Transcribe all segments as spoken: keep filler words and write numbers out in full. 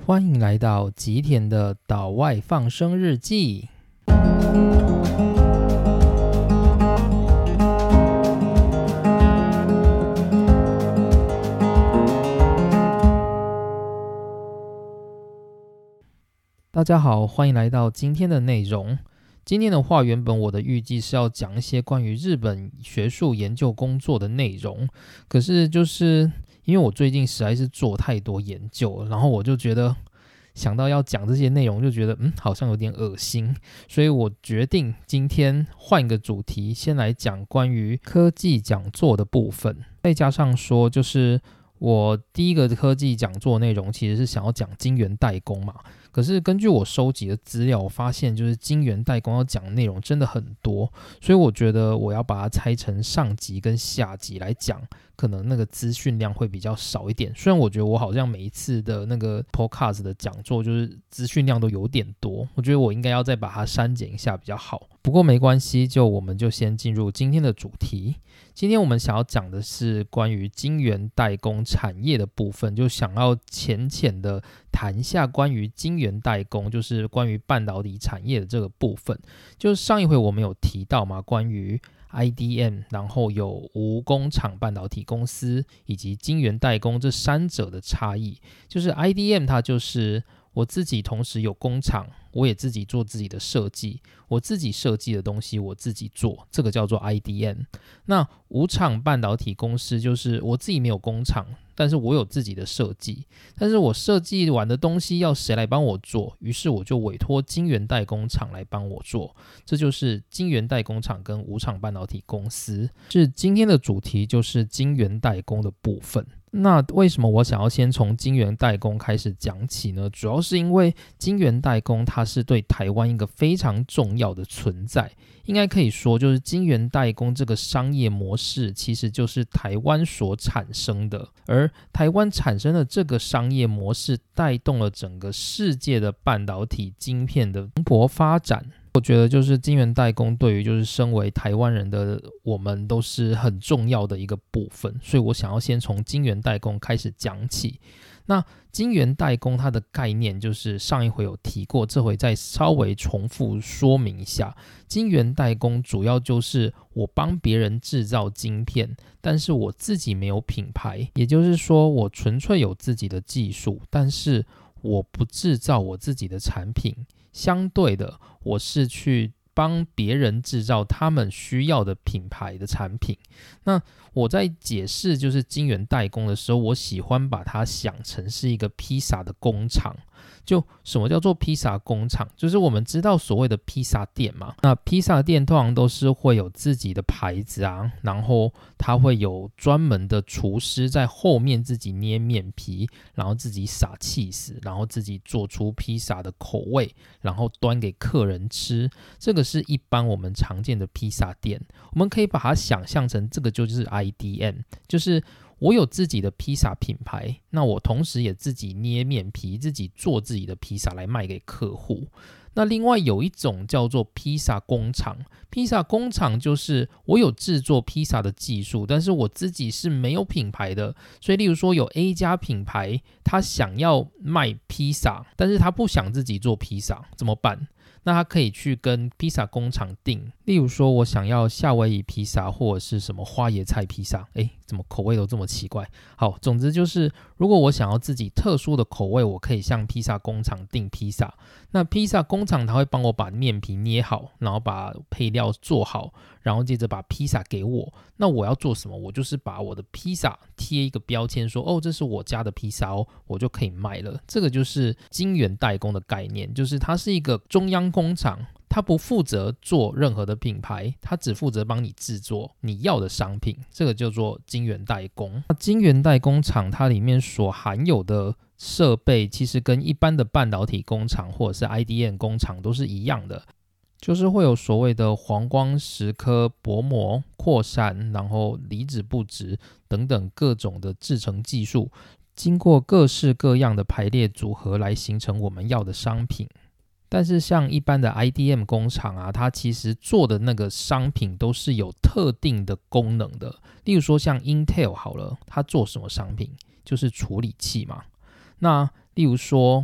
欢迎来到吉田的岛外放生日记。大家好，欢迎来到今天的内容。今天的话，原本我的预计是要讲一些关于日本学术研究工作的内容，可是就是因为我最近实在是做太多研究了，然后我就觉得想到要讲这些内容，就觉得嗯好像有点恶心，所以我决定今天换一个主题，先来讲关于科技讲座的部分，再加上说就是我第一个科技讲座内容其实是想要讲晶圆代工嘛，可是根据我收集的资料，我发现就是晶圆代工要讲的内容真的很多，所以我觉得我要把它拆成上集跟下集来讲，可能那个资讯量会比较少一点。虽然我觉得我好像每一次的那个 podcast 的讲座就是资讯量都有点多，我觉得我应该要再把它删减一下比较好。不过没关系，就我们就先进入今天的主题。今天我们想要讲的是关于晶圆代工产业的部分，就想要浅浅的谈一下关于晶圆代工，就是关于半导体产业的这个部分。就是上一回我们有提到嘛，关于 I D M， 然后有无工厂半导体公司以及晶圆代工这三者的差异。就是 I D M 它就是我自己同时有工厂，我也自己做自己的设计，我自己设计的东西我自己做，这个叫做 I D M。 那无厂半导体公司就是我自己没有工厂，但是我有自己的设计，但是我设计完的东西要谁来帮我做，于是我就委托晶圆代工厂来帮我做，这就是晶圆代工厂跟无厂半导体公司。是今天的主题就是晶圆代工的部分。那为什么我想要先从晶圆代工开始讲起呢？主要是因为晶圆代工它是对台湾一个非常重要的存在，应该可以说就是晶圆代工这个商业模式其实就是台湾所产生的，而台湾产生的这个商业模式带动了整个世界的半导体晶片的蓬勃发展。我觉得就是晶圆代工对于就是身为台湾人的我们都是很重要的一个部分，所以我想要先从晶圆代工开始讲起。那晶圆代工它的概念就是上一回有提过，这回再稍微重复说明一下。晶圆代工主要就是我帮别人制造晶片，但是我自己没有品牌，也就是说我纯粹有自己的技术，但是我不制造我自己的产品，相对的我是去帮别人制造他们需要的品牌的产品。那我在解释就是晶圆代工的时候，我喜欢把它想成是一个披萨的工厂。就什么叫做披萨工厂？就是我们知道所谓的披萨店嘛，那披萨店通常都是会有自己的牌子啊，然后它会有专门的厨师在后面自己捏面皮，然后自己撒起司，然后自己做出披萨的口味，然后端给客人吃。这个是一般我们常见的披萨店，我们可以把它想象成这个就是 I D M， 就是我有自己的披萨品牌，那我同时也自己捏面皮，自己做自己的披萨来卖给客户。那另外有一种叫做披萨工厂，披萨工厂就是我有制作披萨的技术，但是我自己是没有品牌的。所以例如说有 A 家品牌，他想要卖披萨，但是他不想自己做披萨，怎么办？那他可以去跟披萨工厂订，例如说我想要夏威夷披萨或者是什么花椰菜披萨，诶，怎么口味都这么奇怪。好，总之就是如果我想要自己特殊的口味，我可以向披萨工厂订披萨，那披萨工厂他会帮我把面皮捏好，然后把配料做好，然后接着把披萨给我。那我要做什么？我就是把我的披萨贴一个标签说，哦，这是我家的披萨哦，我就可以卖了。这个就是晶圆代工的概念，就是它是一个中央工厂，它不负责做任何的品牌，它只负责帮你制作你要的商品，这个叫做晶圆代工。那晶圆代工厂它里面所含有的设备其实跟一般的半导体工厂或者是 I D M 工厂都是一样的，就是会有所谓的黄光蚀刻、薄膜、扩散，然后离子布质等等各种的制程技术，经过各式各样的排列组合来形成我们要的商品。但是像一般的 I D M 工厂啊，它其实做的那个商品都是有特定的功能的。例如说像 Intel 好了，它做什么商品？就是处理器嘛。那例如说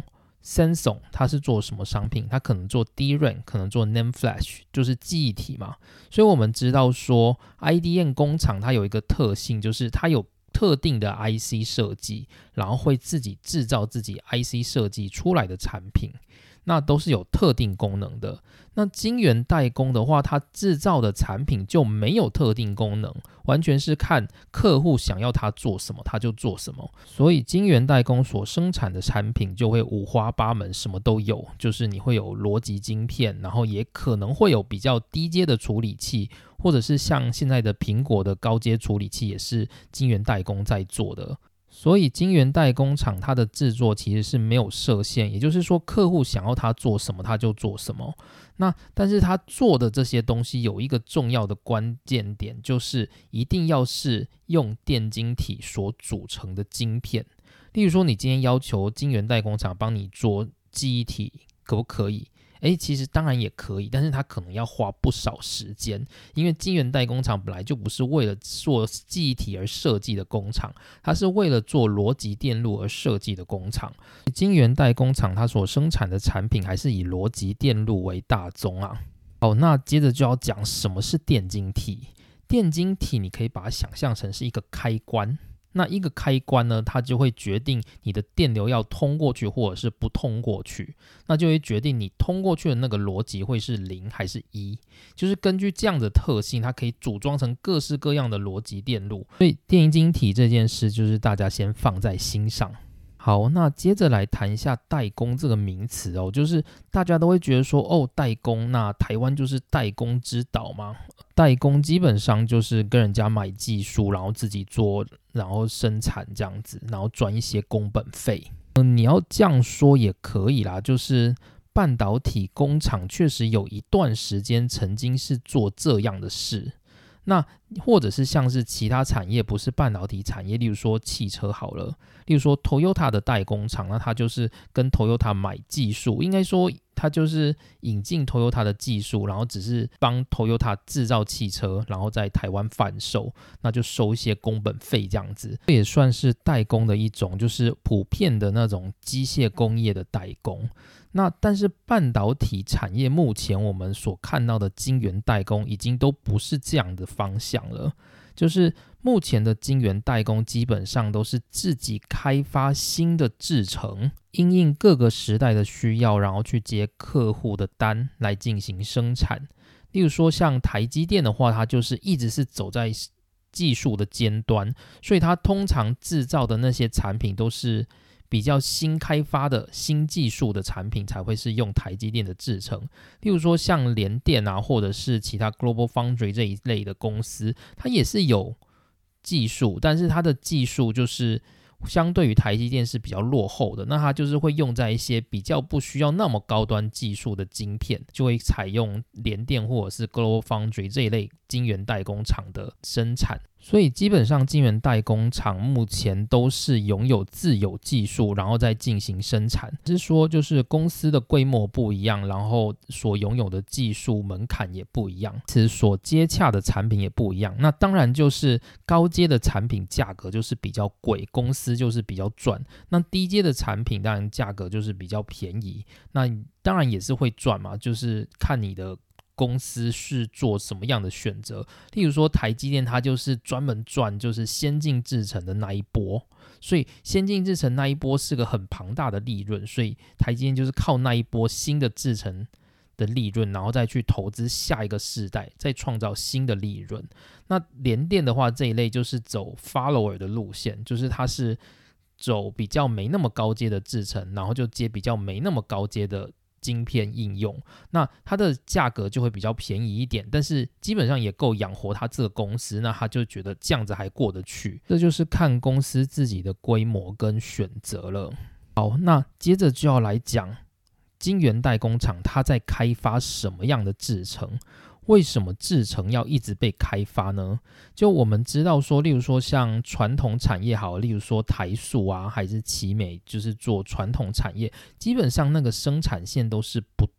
Samsung 它是做什么商品？它可能做 D R A M， 可能做 NAND Flash， 就是记忆体嘛。所以我们知道说 I D M 工厂它有一个特性，就是它有特定的 I C 设计，然后会自己制造自己 I C 设计出来的产品，那都是有特定功能的。那晶圆代工的话，它制造的产品就没有特定功能，完全是看客户想要它做什么，它就做什么。所以晶圆代工所生产的产品就会五花八门，什么都有。就是你会有逻辑晶片，然后也可能会有比较低阶的处理器，或者是像现在的苹果的高阶处理器，也是晶圆代工在做的。所以晶圆代工厂它的制作其实是没有设限，也就是说客户想要它做什么它就做什么。那但是它做的这些东西有一个重要的关键点，就是一定要是用电晶体所组成的晶片。例如说你今天要求晶圆代工厂帮你做记忆体，可不可以？诶，其实当然也可以，但是它可能要花不少时间，因为晶圆代工厂本来就不是为了做记忆体而设计的工厂，它是为了做逻辑电路而设计的工厂。晶圆代工厂它所生产的产品还是以逻辑电路为大宗啊。好，那接着就要讲什么是电晶体。电晶体你可以把它想象成是一个开关。那一个开关呢，它就会决定你的电流要通过去或者是不通过去，那就会决定你通过去的那个逻辑会是零还是一，就是根据这样的特性，它可以组装成各式各样的逻辑电路。所以电晶体这件事就是大家先放在心上。好，那接着来谈一下代工这个名词哦，就是大家都会觉得说，哦，代工，那台湾就是代工之岛嘛。代工基本上就是跟人家买技术，然后自己做，然后生产这样子，然后赚一些工本费。嗯，你要这样说也可以啦，就是半导体工厂确实有一段时间曾经是做这样的事。那或者是像是其他产业不是半导体产业，例如说汽车好了，例如说 Toyota 的代工厂，那它就是跟 Toyota 买技术，应该说它就是引进 Toyota 的技术，然后只是帮 Toyota 制造汽车，然后在台湾贩售，那就收一些工本费这样子。这也算是代工的一种，就是普遍的那种机械工业的代工。那但是半导体产业目前我们所看到的晶圆代工已经都不是这样的方向了，就是目前的晶圆代工基本上都是自己开发新的制程，因应各个时代的需要，然后去接客户的单来进行生产。例如说像台积电的话，它就是一直是走在技术的尖端，所以它通常制造的那些产品都是比较新开发的新技术的产品才会是用台积电的制程。例如说像联电啊，或者是其他 Global Foundry 这一类的公司，它也是有技术，但是它的技术就是相对于台积电是比较落后的，那它就是会用在一些比较不需要那么高端技术的晶片，就会采用联电或者是 Global Foundry 这一类晶圆代工厂的生产。所以基本上晶圆代工厂目前都是拥有自有技术，然后再进行生产，只是说就是公司的规模不一样，然后所拥有的技术门槛也不一样，其实所接洽的产品也不一样。那当然就是高阶的产品价格就是比较贵，公司就是比较赚，那低阶的产品当然价格就是比较便宜，那当然也是会赚嘛，就是看你的公司是做什么样的选择。例如说台积电它就是专门赚就是先进制程的那一波，所以先进制程那一波是个很庞大的利润，所以台积电就是靠那一波新的制程的利润，然后再去投资下一个世代，再创造新的利润。那联电的话这一类就是走 follower 的路线，就是它是走比较没那么高阶的制程，然后就接比较没那么高阶的晶片应用，那它的价格就会比较便宜一点，但是基本上也够养活他这个公司，那他就觉得这样子还过得去。这就是看公司自己的规模跟选择了。好，那接着就要来讲晶圆代工厂它在开发什么样的制程，为什么制程要一直被开发呢？就我们知道说，例如说像传统产业好，例如说台塑啊，还是奇美，就是做传统产业，基本上那个生产线都是不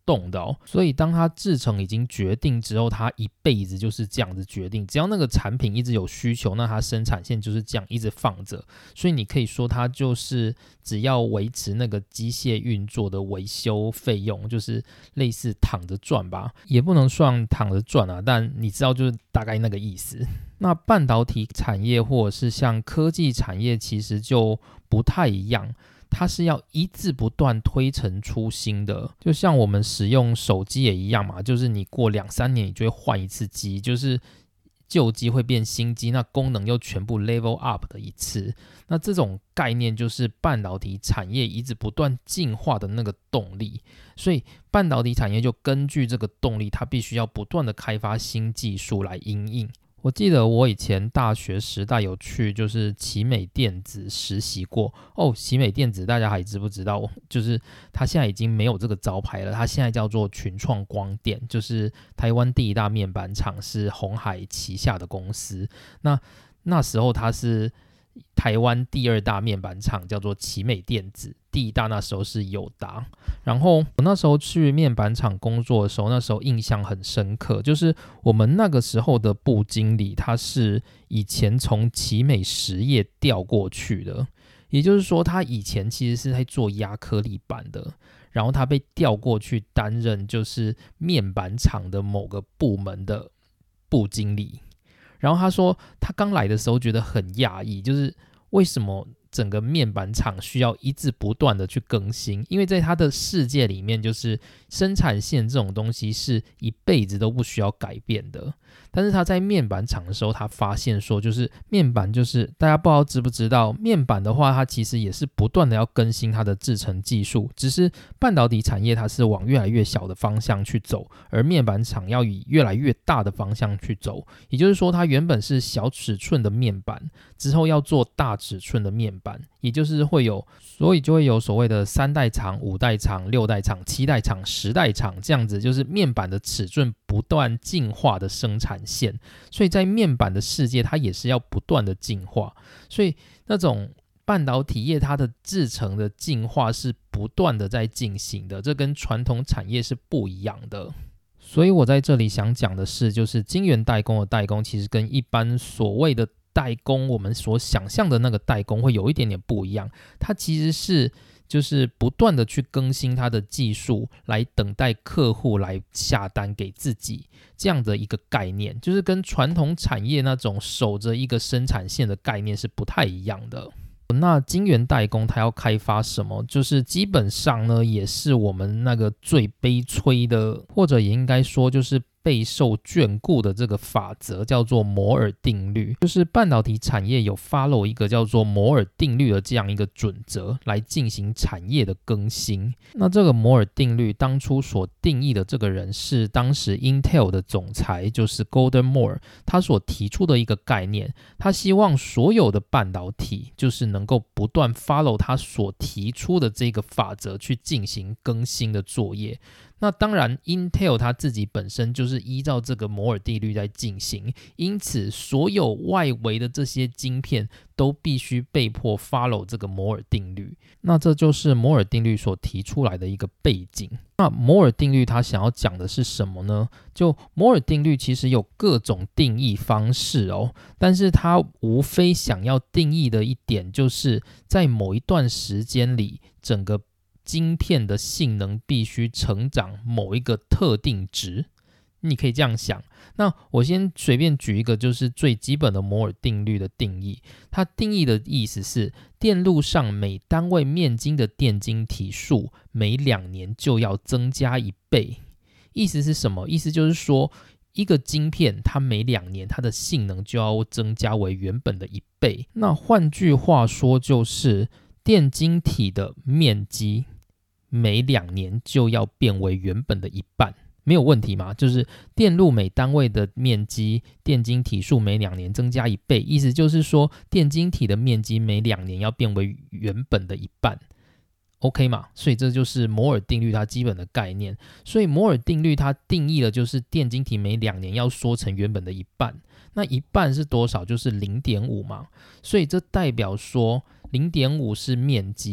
动的哦。所以当它制程已经决定之后，它一辈子就是这样子决定，只要那个产品一直有需求，那它生产线就是这样一直放着。所以你可以说它就是只要维持那个机械运作的维修费用，就是类似躺着赚吧，也不能算躺着赚啊，但你知道就是大概那个意思。那半导体产业或者是像科技产业其实就不太一样，它是要一直不断推陈出新的，就像我们使用手机也一样嘛，就是你过两三年你就会换一次机，就是旧机会变新机，那功能又全部 level up 的一次。那这种概念就是半导体产业一直不断进化的那个动力，所以半导体产业就根据这个动力，它必须要不断的开发新技术来因应。我记得我以前大学时代有去就是奇美电子实习过哦。奇美电子大家还知不知道？就是它现在已经没有这个招牌了，它现在叫做群创光电，就是台湾第一大面板厂，是鸿海旗下的公司。那那时候它是台湾第二大面板厂，叫做奇美电子，第一大那时候是友达。然后我那时候去面板厂工作的时候，那时候印象很深刻，就是我们那个时候的部经理，他是以前从奇美实业调过去的，也就是说他以前其实是在做亚克力板的，然后他被调过去担任就是面板厂的某个部门的部经理。然后他说他刚来的时候觉得很讶异，就是为什么整个面板厂需要一直不断的去更新，因为在他的世界里面，就是生产线这种东西是一辈子都不需要改变的。但是他在面板厂的时候，他发现说，就是面板就是大家不知道知不知道，面板的话，它其实也是不断的要更新它的制程技术，只是半导体产业它是往越来越小的方向去走，而面板厂要以越来越大的方向去走。也就是说，它原本是小尺寸的面板，之后要做大尺寸的面板，也就是会有，所以就会有所谓的三代厂、五代厂、六代厂、七代厂、十代厂这样子，就是面板的尺寸不断进化的生产线。所以在面板的世界，它也是要不断的进化。所以那种半导体业它的制程的进化是不断的在进行的，这跟传统产业是不一样的。所以我在这里想讲的是，就是晶圆代工的代工其实跟一般所谓的代工我们所想象的那个代工会有一点点不一样，它其实是就是不断的去更新它的技术，来等待客户来下单给自己，这样的一个概念，就是跟传统产业那种守着一个生产线的概念是不太一样的。那晶圆代工它要开发什么，就是基本上呢也是我们那个最悲催的，或者也应该说就是备受眷顾的这个法则，叫做摩尔定律。就是半导体产业有 follow 一个叫做摩尔定律的这样一个准则来进行产业的更新。那这个摩尔定律当初所定义的这个人是当时 Intel 的总裁，就是 Gordon Moore， 他所提出的一个概念。他希望所有的半导体就是能够不断 follow 他所提出的这个法则去进行更新的作业。那当然 Intel 它自己本身就是依照这个摩尔定律在进行，因此所有外围的这些晶片都必须被迫 follow 这个摩尔定律。那这就是摩尔定律所提出来的一个背景。那摩尔定律它想要讲的是什么呢？就摩尔定律其实有各种定义方式哦，但是它无非想要定义的一点，就是在某一段时间里，整个晶片的性能必须成长某一个特定值，你可以这样想。那我先随便举一个就是最基本的摩尔定律的定义，它定义的意思是电路上每单位面积的电晶体数每两年就要增加一倍。意思是什么？意思就是说一个晶片它每两年它的性能就要增加为原本的一倍。那换句话说就是电晶体的面积每两年就要变为原本的一半，没有问题吗？就是电路每单位的面积，电晶体数每两年增加一倍，意思就是说电晶体的面积每两年要变为原本的一半 OK 嘛？所以这就是摩尔定律它基本的概念。所以摩尔定律它定义了就是电晶体每两年要缩成原本的一半，那一半是多少？就是 零点五 嘛。所以这代表说 零点五 是面积嘛，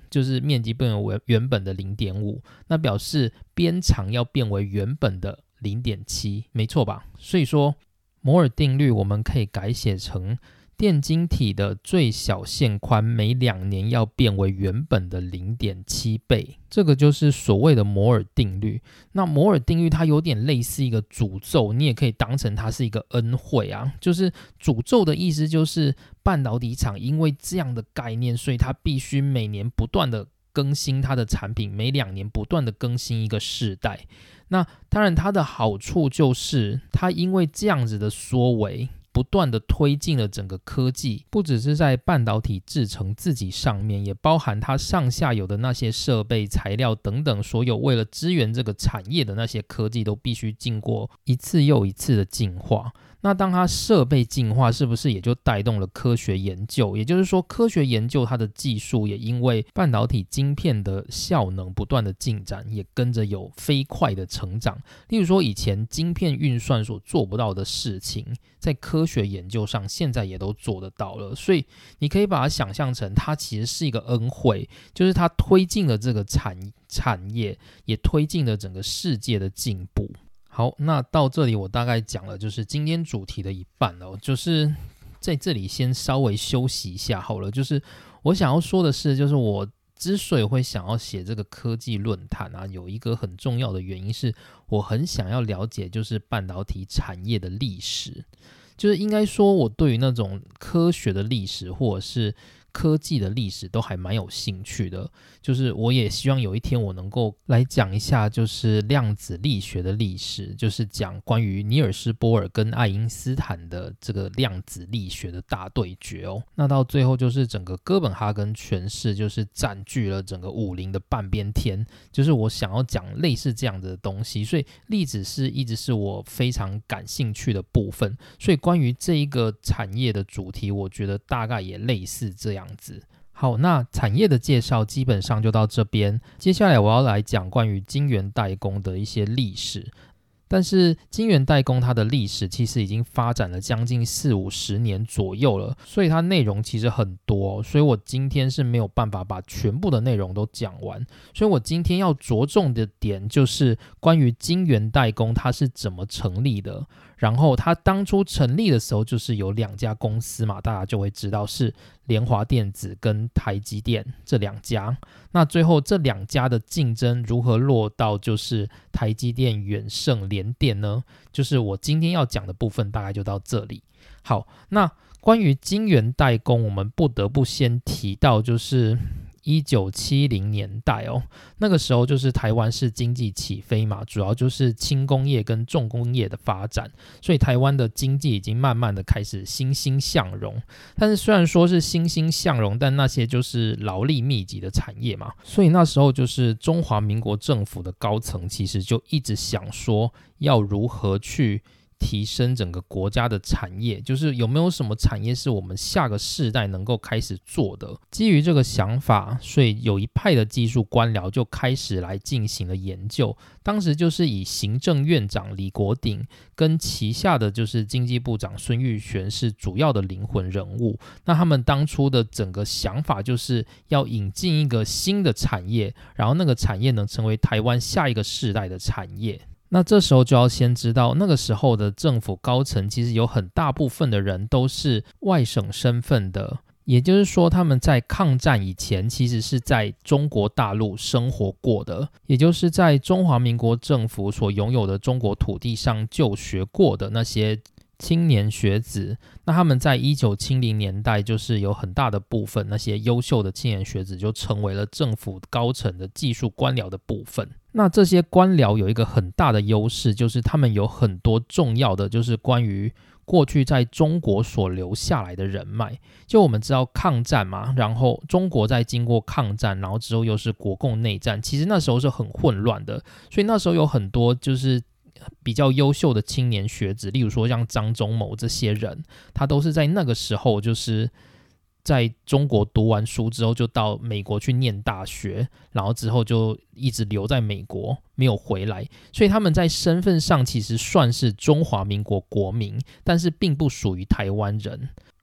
就是面积变为原本的 零点五， 那表示边长要变为原本的 零点七， 没错吧？所以说摩尔定律我们可以改写成电晶体的最小线宽每两年要变为原本的 零点七倍，这个就是所谓的摩尔定律。那摩尔定律它有点类似一个诅咒，你也可以当成它是一个恩惠啊。就是诅咒的意思就是半导体厂因为这样的概念，所以它必须每年不断的更新它的产品，每两年不断的更新一个世代。那当然它的好处就是它因为这样子的缩微，不断的推进了整个科技，不只是在半导体制程自己上面，也包含它上下游的那些设备、材料等等，所有为了支援这个产业的那些科技都必须经过一次又一次的进化。那当它设备进化，是不是也就带动了科学研究？也就是说，科学研究它的技术也因为半导体晶片的效能不断的进展，也跟着有飞快的成长。例如说，以前晶片运算所做不到的事情，在科学研究上现在也都做得到了。所以你可以把它想象成，它其实是一个恩惠，就是它推进了这个产产业，也推进了整个世界的进步。好，那到这里我大概讲了就是今天主题的一半哦，就是在这里先稍微休息一下好了。就是我想要说的是，就是我之所以会想要写这个科技论坛啊，有一个很重要的原因是我很想要了解就是半导体产业的历史，就是应该说我对于那种科学的历史或者是科技的历史都还蛮有兴趣的，就是我也希望有一天我能够来讲一下就是量子力学的历史，就是讲关于尼尔斯波尔跟爱因斯坦的这个量子力学的大对决哦。那到最后就是整个哥本哈根诠释就是占据了整个武林的半边天，就是我想要讲类似这样的东西，所以粒子是一直是我非常感兴趣的部分，所以关于这一个产业的主题我觉得大概也类似这样子。好，那产业的介绍基本上就到这边，接下来我要来讲关于晶圆代工的一些历史。但是晶圆代工它的历史其实已经发展了将近四五十年左右了，所以它内容其实很多，所以我今天是没有办法把全部的内容都讲完，所以我今天要着重的点就是关于晶圆代工它是怎么成立的，然后它当初成立的时候就是有两家公司嘛，大家就会知道是联华电子跟台积电这两家。那最后这两家的竞争如何落到就是台积电、远胜、联电呢？就是我今天要讲的部分大概就到这里。好，那关于晶圆代工，我们不得不先提到就是一九七零年代哦，那个时候就是台湾是经济起飞嘛，主要就是轻工业跟重工业的发展，所以台湾的经济已经慢慢的开始欣欣向荣。但是虽然说是欣欣向荣，但那些就是劳力密集的产业嘛，所以那时候就是中华民国政府的高层其实就一直想说要如何去提升整个国家的产业，就是有没有什么产业是我们下个世代能够开始做的。基于这个想法，所以有一派的技术官僚就开始来进行了研究。当时就是以行政院长李国鼎跟旗下的就是经济部长孙玉璇是主要的灵魂人物。那他们当初的整个想法就是要引进一个新的产业，然后那个产业能成为台湾下一个世代的产业。那这时候就要先知道，那个时候的政府高层其实有很大部分的人都是外省身份的，也就是说他们在抗战以前其实是在中国大陆生活过的，也就是在中华民国政府所拥有的中国土地上就学过的那些青年学子。那他们在一九七零年代就是有很大的部分那些优秀的青年学子就成为了政府高层的技术官僚的部分。那这些官僚有一个很大的优势，就是他们有很多重要的就是关于过去在中国所留下来的人脉。就我们知道抗战嘛，然后中国在经过抗战，然后之后又是国共内战，其实那时候是很混乱的，所以那时候有很多就是比较优秀的青年学子，例如说像张忠谋这些人，他都是在那个时候就是在中国读完书之后就到美国去念大学，然后之后就一直留在美国没有回来，所以他们在身份上其实算是中华民国国民，但是并不属于台湾人。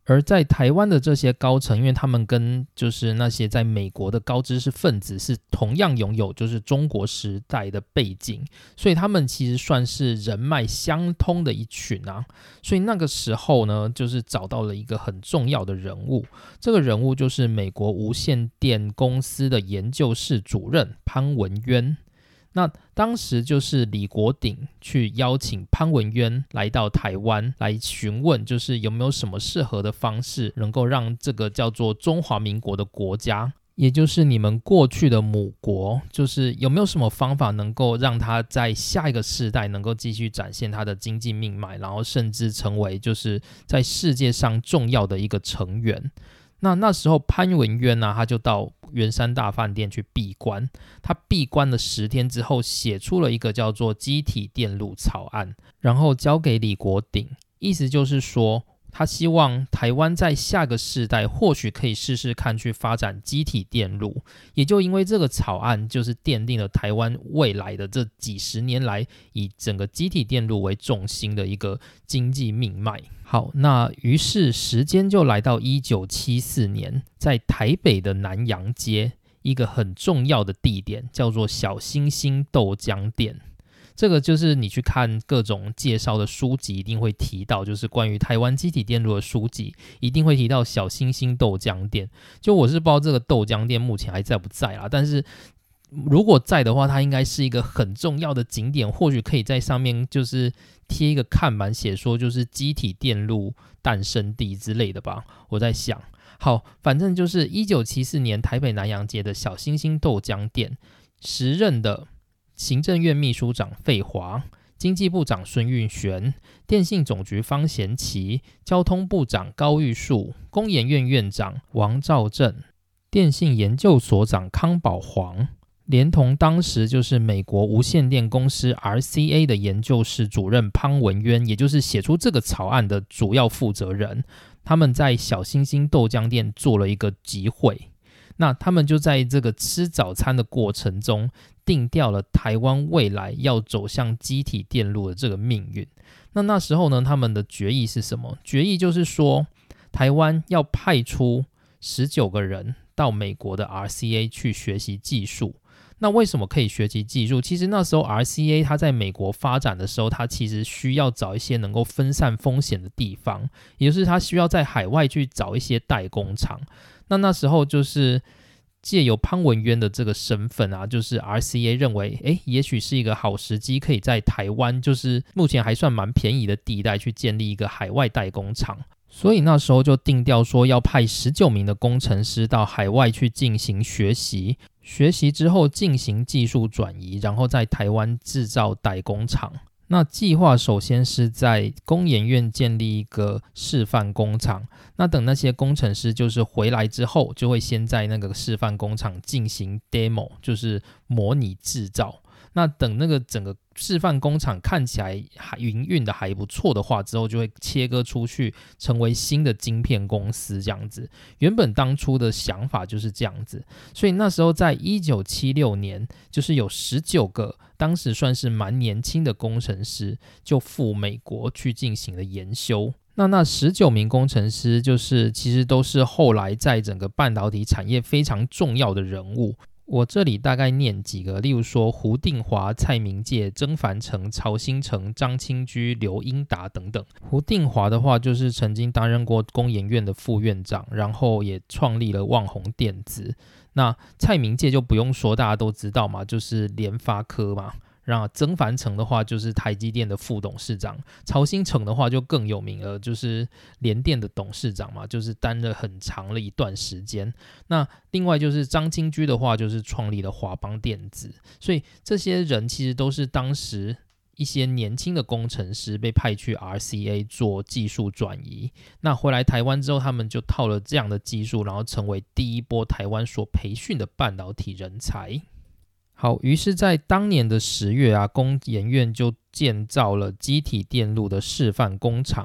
而在台湾的这些高层，因为他们跟就是那些在美国的高知识分子是同样拥有就是中国时代的背景，所以他们其实算是人脉相通的一群啊。所以那个时候呢，就是找到了一个很重要的人物，这个人物就是美国无线电公司的研究室主任潘文渊。那当时就是李国鼎去邀请潘文渊来到台湾来询问，就是有没有什么适合的方式能够让这个叫做中华民国的国家，也就是你们过去的母国，就是有没有什么方法能够让它在下一个世代能够继续展现它的经济命脉，然后甚至成为就是在世界上重要的一个成员。那那时候潘文渊呢、啊，他就到圆山大饭店去闭关，他闭关了十天之后，写出了一个叫做机体电路草案，然后交给李国鼎，意思就是说，他希望台湾在下个世代或许可以试试看去发展机体电路，也就因为这个草案，就是奠定了台湾未来的这几十年来以整个机体电路为重心的一个经济命脉。好，那于是时间就来到一九七四年，在台北的南阳街一个很重要的地点，叫做小星星豆浆店。这个就是你去看各种介绍的书籍一定会提到，就是关于台湾机体电路的书籍一定会提到小星星豆浆店。就我是不知道这个豆浆店目前还在不在啦，但是如果在的话，它应该是一个很重要的景点，或许可以在上面就是贴一个看板，写说就是机体电路诞生地之类的吧，我在想。好，反正就是一九七四年台北南阳街的小星星豆浆店，时任的行政院秘书长费华、经济部长孙运璇、电信总局方贤琪、交通部长高玉树、工研院院长王兆正、电信研究所长康保煌，连同当时就是美国无线电公司 R C A 的研究室主任潘文渊，也就是写出这个草案的主要负责人，他们在小星星豆浆店做了一个集会。那他们就在这个吃早餐的过程中，定调了台湾未来要走向机体电路的这个命运。那那时候呢，他们的决议是什么？决议就是说，台湾要派出十九个人到美国的 R C A 去学习技术。那为什么可以学习技术？其实那时候 R C A 它在美国发展的时候，它其实需要找一些能够分散风险的地方，也就是它需要在海外去找一些代工厂。那那时候就是借由潘文渊的这个身份啊，就是 R C A 认为，诶，也许是一个好时机，可以在台湾就是目前还算蛮便宜的地带去建立一个海外代工厂。所以那时候就定调说要派十九名的工程师到海外去进行学习，学习之后进行技术转移，然后在台湾制造代工厂。那计划首先是在工研院建立一个示范工厂，那等那些工程师就是回来之后，就会先在那个示范工厂进行 demo， 就是模拟制造。那等那个整个示范工厂看起来还营运的还不错的话，之后就会切割出去成为新的晶片公司这样子。原本当初的想法就是这样子，所以那时候在一九七六年，就是有十九个当时算是蛮年轻的工程师就赴美国去进行了研修。那那十九名工程师就是其实都是后来在整个半导体产业非常重要的人物。我这里大概念几个，例如说胡定华、蔡明介、曾凡成、曹兴诚、张清居、刘英达等等。胡定华的话就是曾经担任过工研院的副院长，然后也创立了旺宏电子。那蔡明介就不用说，大家都知道嘛，就是联发科嘛。然后曾凡成的话就是台积电的副董事长，曹兴诚的话就更有名了，就是联电的董事长嘛，就是担了很长的一段时间。那另外就是张清居的话就是创立了华邦电子，所以这些人其实都是当时一些年轻的工程师被派去 R C A 做技术转移。那回来台湾之后，他们就套了这样的技术，然后成为第一波台湾所培训的半导体人才。好，于是在当年的十月啊，工研院就建造了机体电路的示范工厂。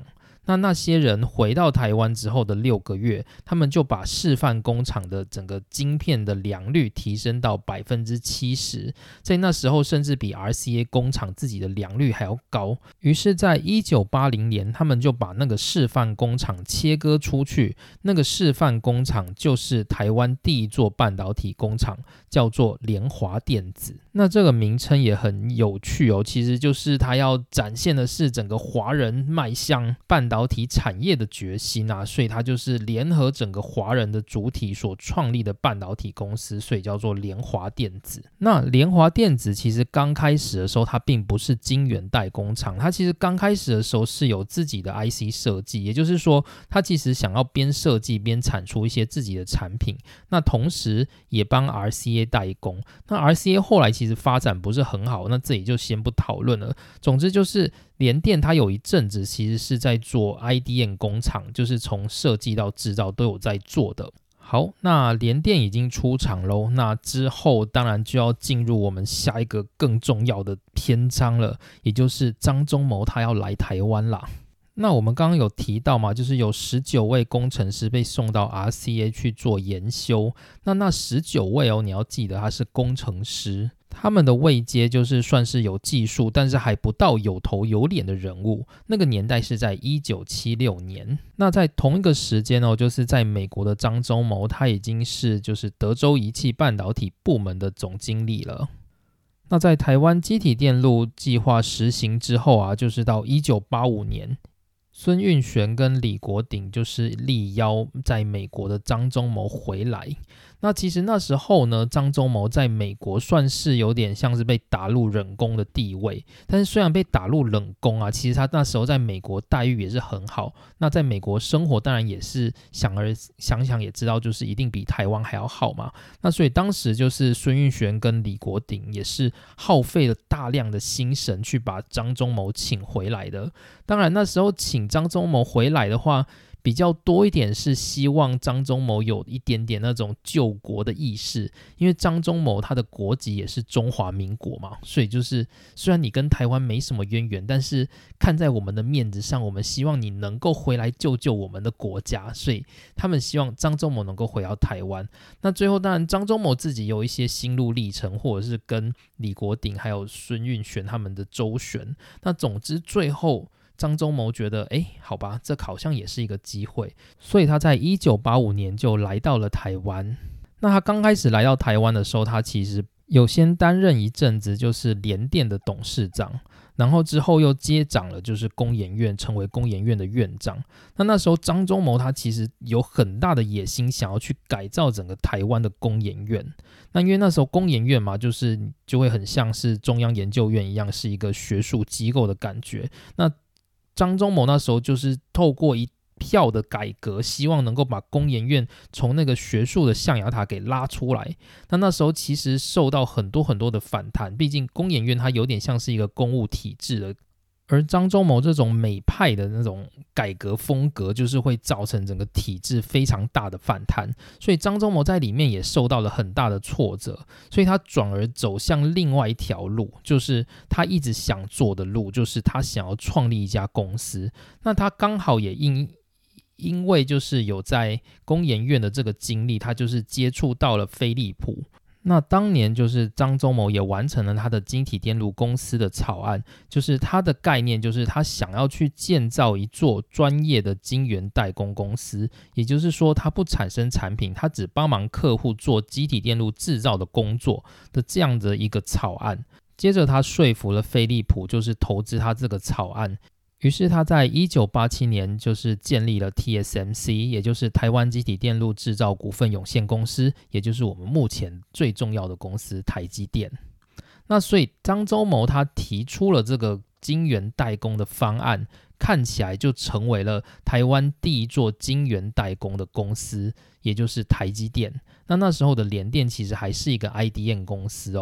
那那些人回到台湾之后的六个月，他们就把示范工厂的整个晶片的良率提升到 百分之七十， 在那时候甚至比 R C A 工厂自己的良率还要高。于是在一九八零年，他们就把那个示范工厂切割出去，那个示范工厂就是台湾第一座半导体工厂，叫做联华电子。那这个名称也很有趣哦，其实就是它要展现的是整个华人迈向半导体产业的决心啊，所以它就是联合整个华人的主体所创立的半导体公司，所以叫做联华电子。那联华电子其实刚开始的时候，它并不是晶圆代工厂，它其实刚开始的时候是有自己的 I C 设计，也就是说，它其实想要边设计边产出一些自己的产品，那同时也帮 R C A 代工。那 R C A 后来其实发展不是很好，那这里就先不讨论了。总之就是联电它有一阵子其实是在做 I D M 工厂，就是从设计到制造都有在做的。好，那联电已经出场咯，那之后当然就要进入我们下一个更重要的篇章了，也就是张忠谋他要来台湾啦。那我们刚刚有提到嘛，就是有十九位工程师被送到 R C A 去做研修，那那十九位哦，你要记得他是工程师，他们的位阶就是算是有技术，但是还不到有头有脸的人物。那个年代是在一九七六年。那在同一个时间哦，就是在美国的张忠谋，他已经是就是德州仪器半导体部门的总经理了。那在台湾基体电路计划实行之后啊，就是到一九八五年。孙运璇跟李国鼎就是力邀在美国的张忠谋回来。那其实那时候呢，张忠谋在美国算是有点像是被打入冷宫的地位，但是虽然被打入冷宫啊，其实他那时候在美国待遇也是很好。那在美国生活当然也是想而想想也知道，就是一定比台湾还要好嘛。那所以当时就是孙运璇跟李国鼎也是耗费了大量的心神去把张忠谋请回来的。当然那时候请张忠谋回来的话，比较多一点是希望张忠谋有一点点那种救国的意识，因为张忠谋他的国籍也是中华民国嘛，所以就是虽然你跟台湾没什么渊源，但是看在我们的面子上，我们希望你能够回来救救我们的国家，所以他们希望张忠谋能够回到台湾。那最后当然张忠谋自己有一些心路历程，或者是跟李国鼎还有孙运璇他们的周旋，那总之最后张忠谋觉得，哎，好吧，这好像也是一个机会，所以他在一九八五年就来到了台湾。那他刚开始来到台湾的时候，他其实有先担任一阵子就是联电的董事长，然后之后又接掌了就是工研院，成为工研院的院长。那那时候张忠谋他其实有很大的野心，想要去改造整个台湾的工研院。那因为那时候工研院嘛，就是就会很像是中央研究院一样，是一个学术机构的感觉。那张忠谋那时候就是透过一票的改革，希望能够把工研院从那个学术的象牙塔给拉出来。那那时候其实受到很多很多的反弹，毕竟工研院它有点像是一个公务体制的，而张忠谋这种美派的那种改革风格，就是会造成整个体制非常大的反弹，所以张忠谋在里面也受到了很大的挫折，所以他转而走向另外一条路，就是他一直想做的路，就是他想要创立一家公司。那他刚好也因因为就是有在工研院的这个经历，他就是接触到了飞利浦。那当年就是张忠谋也完成了他的晶体电路公司的草案，就是他的概念就是他想要去建造一座专业的晶圆代工公司，也就是说他不产生产品，他只帮忙客户做晶体电路制造的工作的这样的一个草案。接着他说服了飞利浦，就是投资他这个草案。于是他在一九八七年就是建立了 T S M C， 也就是台湾基体电路制造股份有限公司，也就是我们目前最重要的公司台积电。那所以张忠谋他提出了这个晶圆代工的方案，看起来就成为了台湾第一座晶圆代工的公司，也就是台积电。那那时候的联电其实还是一个 I D M 公司哦。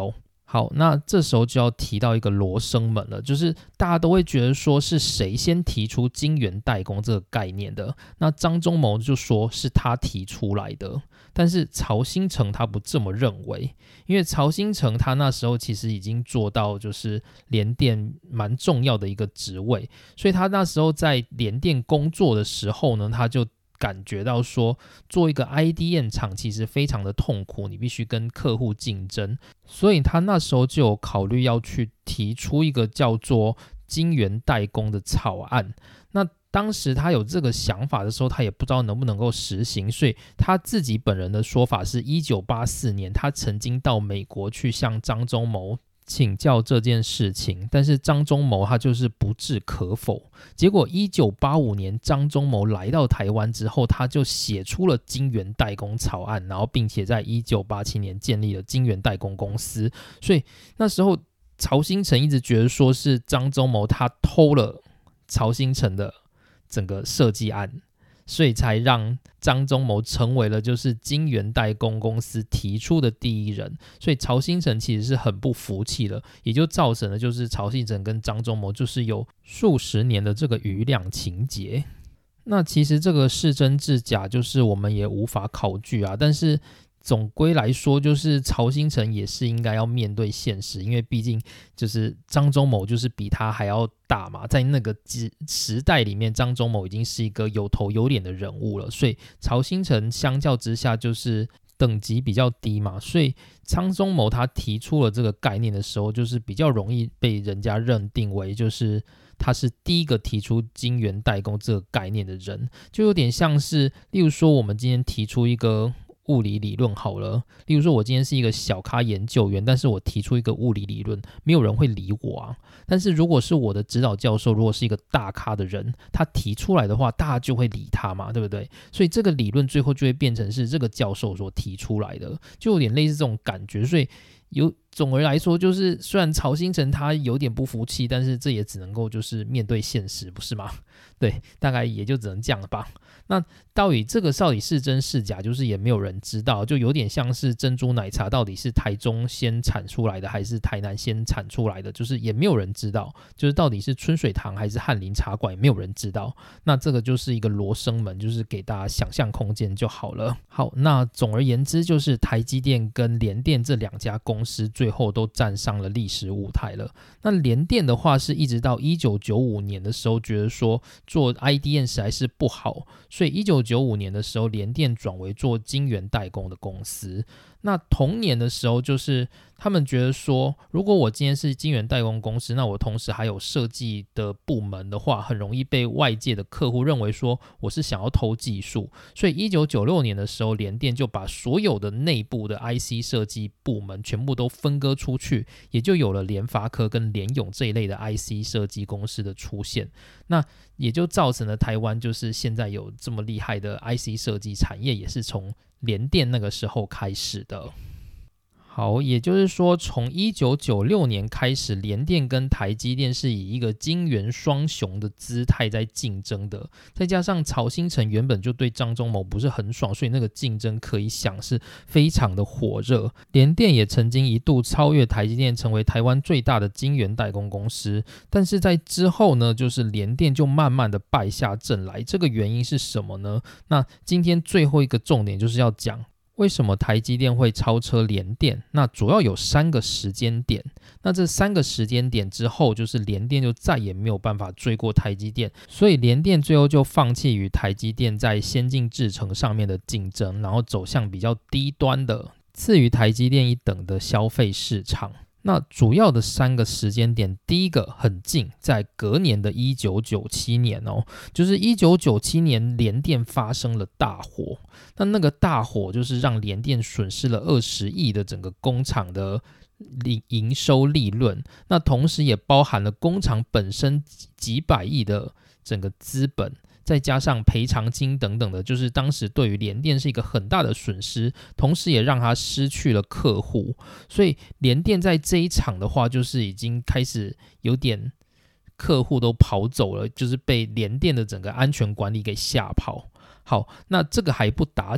好，那这时候就要提到一个罗生门了，就是大家都会觉得说是谁先提出晶圆代工这个概念的？那张忠谋就说是他提出来的，但是曹兴诚他不这么认为，因为曹兴诚他那时候其实已经做到就是联电蛮重要的一个职位，所以他那时候在联电工作的时候呢，他就感觉到说做一个 I D M 厂其实非常的痛苦，你必须跟客户竞争，所以他那时候就有考虑要去提出一个叫做晶圆代工的草案。那当时他有这个想法的时候，他也不知道能不能够实行，所以他自己本人的说法是一九八四年他曾经到美国去向张忠谋请教这件事情，但是张忠谋他就是不置可否。结果一九八五年张忠谋来到台湾之后，他就写出了晶圆代工草案，然后并且在一九八七年建立了晶圆代工公司。所以那时候曹兴诚一直觉得说是张忠谋他偷了曹兴诚的整个设计案，所以才让张忠谋成为了就是晶圆代工公司提出的第一人，所以曹兴诚其实是很不服气的，也就造成了就是曹兴诚跟张忠谋就是有数十年的这个余量情节。那其实这个是真是假就是我们也无法考据啊，但是总归来说就是曹兴诚也是应该要面对现实，因为毕竟就是张忠谋就是比他还要大嘛，在那个时代里面张忠谋已经是一个有头有脸的人物了，所以曹兴诚相较之下就是等级比较低嘛，所以张忠谋他提出了这个概念的时候就是比较容易被人家认定为就是他是第一个提出晶圆代工这个概念的人，就有点像是例如说我们今天提出一个物理理论好了，例如说我今天是一个小咖研究员，但是我提出一个物理理论，没有人会理我啊。但是如果是我的指导教授，如果是一个大咖的人，他提出来的话，大家就会理他嘛，对不对？所以这个理论最后就会变成是这个教授所提出来的，就有点类似这种感觉。所以有总而来说，就是虽然曹兴诚他有点不服气，但是这也只能够就是面对现实，不是吗？对，大概也就只能这样了吧。那到底这个到底是真是假，就是也没有人知道，就有点像是珍珠奶茶到底是台中先产出来的还是台南先产出来的，就是也没有人知道，就是到底是春水堂还是翰林茶馆也没有人知道。那这个就是一个罗生门，就是给大家想象空间就好了。好，那总而言之就是台积电跟联电这两家公司最后都站上了历史舞台了。那联电的话是一直到一九九五年的时候觉得说做 I D M 实在是不好，所以一九九五年的时候联电转为做晶圆代工的公司。那同年的时候就是他们觉得说如果我今天是晶圆代工公司，那我同时还有设计的部门的话，很容易被外界的客户认为说我是想要偷技术，所以一九九六年的时候联电就把所有的内部的 I C 设计部门全部都分割出去，也就有了联发科跟联咏这一类的 I C 设计公司的出现。那也就造成了台湾就是现在有这么厉害的 I C 设计产业，也是从联电那个时候开始的。好，也就是说从一九九六年开始，联电跟台积电是以一个晶圆双雄的姿态在竞争的，再加上曹兴诚原本就对张忠谋不是很爽，所以那个竞争可以想是非常的火热。联电也曾经一度超越台积电成为台湾最大的晶圆代工公司，但是在之后呢，就是联电就慢慢的败下阵来。这个原因是什么呢？那今天最后一个重点就是要讲为什么台积电会超车联电？那主要有三个时间点。那这三个时间点之后，就是联电就再也没有办法追过台积电，所以联电最后就放弃与台积电在先进制程上面的竞争，然后走向比较低端的次于台积电一等的消费市场。那主要的三个时间点，第一个很近，在隔年的一九九七年哦，就是一九九七年联电发生了大火，那那个大火就是让联电损失了二十亿的整个工厂的营收利润，那同时也包含了工厂本身几百亿的整个资本，再加上赔偿金等等的，就是当时对于联电是一个很大的损失，同时也让他失去了客户，所以联电在这一场的话，就是已经开始有点客户都跑走了，就是被联电的整个安全管理给吓跑。好，那这个还不打紧，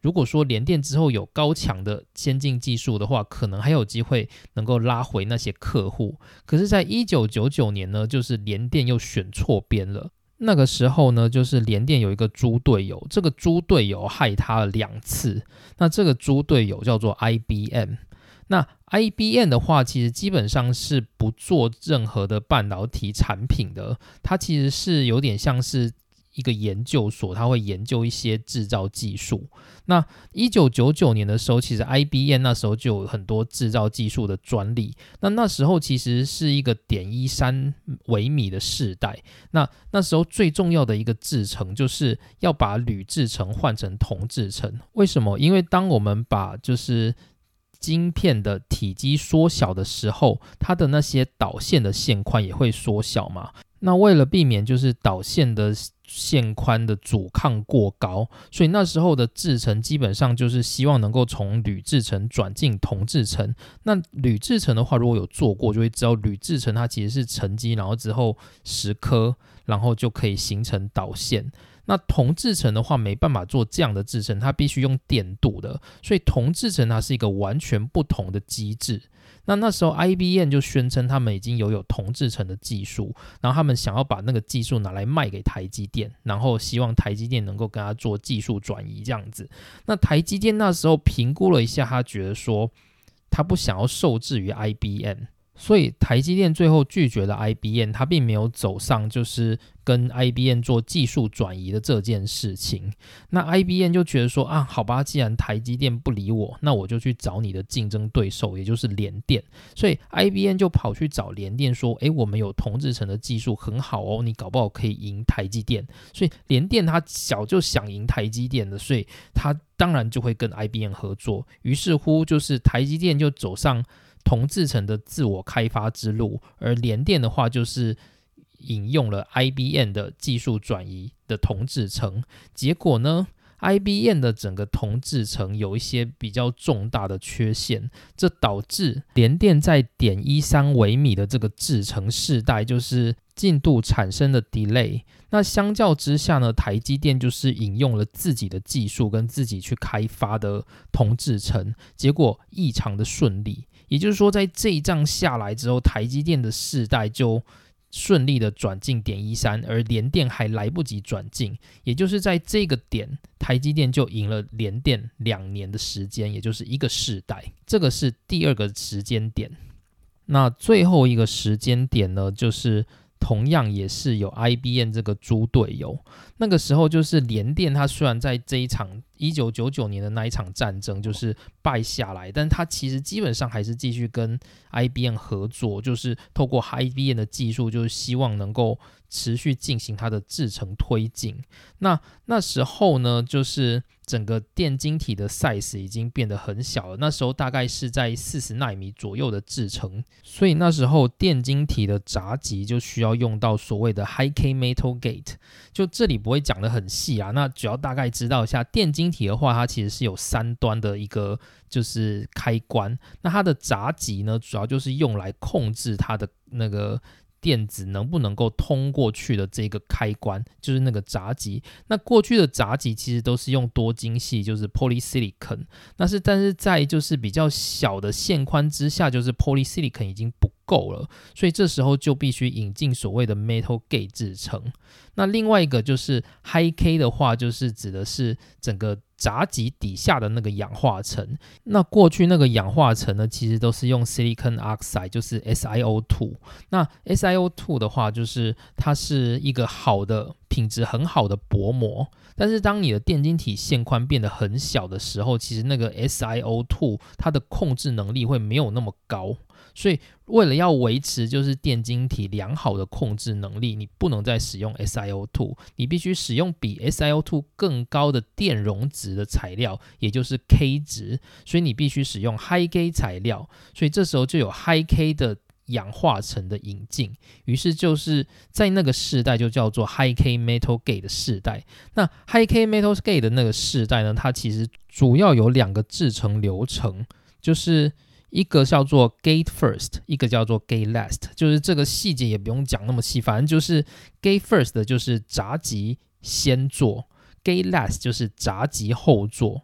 如果说联电之后有高强的先进技术的话，可能还有机会能够拉回那些客户。可是在一九九九年呢，就是联电又选错边了。那个时候呢，就是联电有一个猪队友，这个猪队友害他了两次。那这个猪队友叫做 I B M。那 I B M 的话，其实基本上是不做任何的半导体产品的，它其实是有点像是一个研究所，它会研究一些制造技术。那一九九九年的时候，其实 I B M 那时候就有很多制造技术的专利。那那时候其实是一个点一三微米的世代。那那时候最重要的一个制程，就是要把铝制程换成铜制程。为什么？因为当我们把就是晶片的体积缩小的时候，它的那些导线的线宽也会缩小嘛。那为了避免就是导线的线宽的阻抗过高，所以那时候的制程基本上就是希望能够从铝制程转进铜制程。那铝制程的话，如果有做过就会知道，铝制程它其实是沉积，然后之后蚀刻，然后就可以形成导线。那铜制程的话没办法做这样的制程，它必须用电镀的，所以铜制程它是一个完全不同的机制。那那时候 I B M 就宣称他们已经拥有铜制程的技术，然后他们想要把那个技术拿来卖给台积电，然后希望台积电能够跟他做技术转移这样子。那台积电那时候评估了一下，他觉得说他不想要受制于 I B M， 所以台积电最后拒绝了 I B M， 他并没有走上就是跟 I B M 做技术转移的这件事情。那 I B M 就觉得说啊，好吧，既然台积电不理我，那我就去找你的竞争对手，也就是联电。所以 I B M 就跑去找联电说，诶，我们有铜制程的技术很好哦，你搞不好可以赢台积电。所以联电他早就想赢台积电的，所以他当然就会跟 I B M 合作。于是乎就是台积电就走上铜制程的自我开发之路，而联电的话就是引用了 I B M 的技术转移的铜制程。结果呢， I B M 的整个铜制程有一些比较重大的缺陷，这导致联电在点一三微米的这个制程世代就是进度产生的 delay。 那相较之下呢，台积电就是引用了自己的技术跟自己去开发的铜制程，结果异常的顺利。也就是说，在这一仗下来之后，台积电的世代就顺利的转进点一三，而联电还来不及转进，也就是在这个点，台积电就赢了联电两年的时间，也就是一个世代。这个是第二个时间点。那最后一个时间点呢，就是同样也是有 I B M 这个猪队友。那个时候就是联电，它虽然在这一场一九九九年的那一场战争就是败下来，但它其实基本上还是继续跟 I B M 合作，就是透过 I B M 的技术，就是希望能够持续进行它的制程推进。那那时候呢，就是整个电晶体的 size 已经变得很小了，那时候大概是在四十奈米左右的制程，所以那时候电晶体的闸极就需要用到所谓的 High-K Metal Gate。 就这里不会讲得很细啊，那只要大概知道一下，电晶体的话，它其实是有三端的一个就是开关，那它的闸极呢，主要就是用来控制它的那个电子能不能够通过去的这个开关，就是那个闸极。那过去的闸极其实都是用多晶系，就是 polysilicon， 那是但是在就是比较小的线宽之下，就是 polysilicon 已经不够了，所以这时候就必须引进所谓的 metal gate 制程。那另外一个就是 High-K 的话，就是指的是整个闸极底下的那个氧化层。那过去那个氧化层呢，其实都是用 silicon oxide， 就是 S I O 二。 那 S I O 二 的话，就是它是一个好的品质很好的薄膜，但是当你的电晶体线宽变得很小的时候，其实那个 S I O 二 它的控制能力会没有那么高。所以为了要维持就是电晶体良好的控制能力，你不能再使用 S I O 二， 你必须使用比 S I O 二 更高的电容值的材料，也就是 K 值，所以你必须使用 High-K 材料。所以这时候就有 High-K 的氧化层的引进，于是就是在那个世代就叫做 High-K Metal Gate 的世代。那 High-K Metal Gate 的那个世代呢，它其实主要有两个制程流程，就是一个叫做 Gate First， 一个叫做 Gate Last， 就是这个细节也不用讲那么细，反正就是 Gate First 的就是闸极先做， Gate Last 就是闸极后做。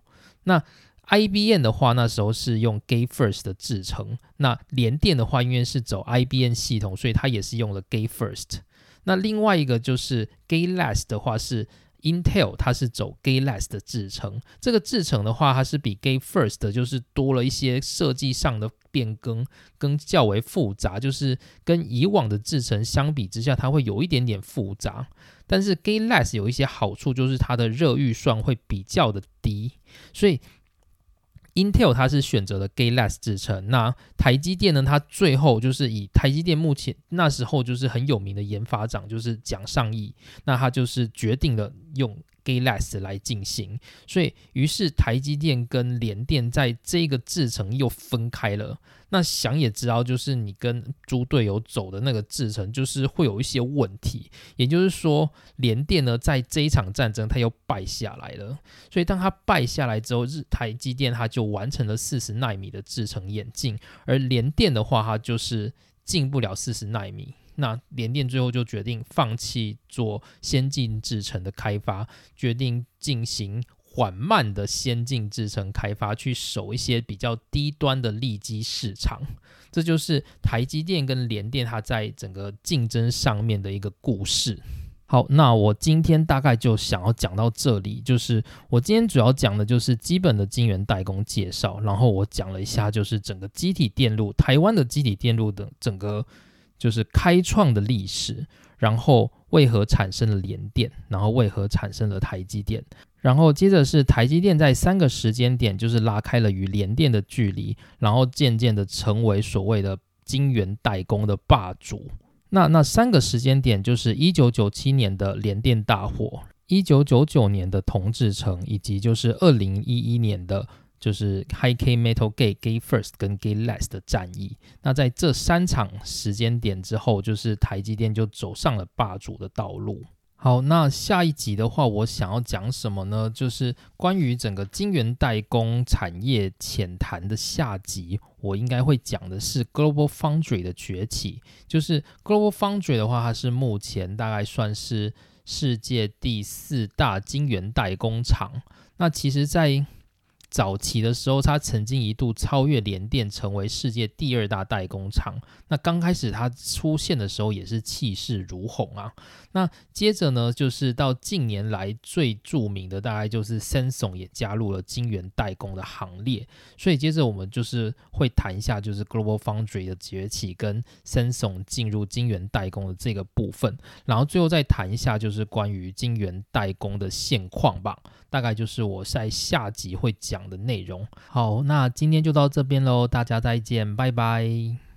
那 I B M 的话，那时候是用 Gate First 的制程，那联电的话，因为是走 I B M 系统，所以它也是用了 Gate First。那另外一个就是 Gate Last 的话是 Intel， 它是走 Gate Last 的制程。这个制程的话，它是比 Gate First 的就是多了一些设计上的变更，跟较为复杂，就是跟以往的制程相比之下，它会有一点点复杂。但是 Gate Last 有一些好处，就是它的热预算会比较的低，所以Intel 它是选择了 Gate Last 制程，那台积电呢，它最后就是以台积电目前那时候就是很有名的研发长就是蒋尚义，那他就是决定了用 Gate Last 来进行，所以于是台积电跟联电在这个制程又分开了。那想也知道，就是你跟猪队友走的那个制程，就是会有一些问题。也就是说，联电呢在这一场战争它又败下来了。所以当它败下来之后，日台积电它就完成了四十奈米的制程演进，而联电的话，它就是进不了四十奈米。那联电最后就决定放弃做先进制程的开发，决定进行缓慢的先进制程开发，去守一些比较低端的利基市场。这就是台积电跟联电它在整个竞争上面的一个故事。好，那我今天大概就想要讲到这里，就是我今天主要讲的就是基本的晶圆代工介绍，然后我讲了一下就是整个积体电路，台湾的积体电路的整个就是开创的历史，然后为何产生了联电，然后为何产生了台积电，然后接着是台积电在三个时间点就是拉开了与联电的距离，然后渐渐的成为所谓的晶圆代工的霸主。那那三个时间点就是一九九七年的联电大火，一九九九年的同制程，以及就是二零一一年的就是 High-K Metal Gate、Gate First 跟 Gate Last 的战役。那在这三场时间点之后，就是台积电就走上了霸主的道路。好，那下一集的话，我想要讲什么呢？就是关于整个晶圆代工产业浅谈的下集，我应该会讲的是 Global Foundry 的崛起。就是 Global Foundry 的话，它是目前大概算是世界第四大晶圆代工厂。那其实在早期的时候，它曾经一度超越联电，成为世界第二大代工厂。那刚开始它出现的时候，也是气势如虹啊。那接着呢，就是到近年来最著名的，大概就是 Samsung 也加入了晶圆代工的行列。所以接着我们就是会谈一下，就是 Global Foundry 的崛起跟 Samsung 进入晶圆代工的这个部分，然后最后再谈一下就是关于晶圆代工的现况吧。大概就是我在下集会讲的内容。好，那今天就到这边咯，大家再见，拜拜。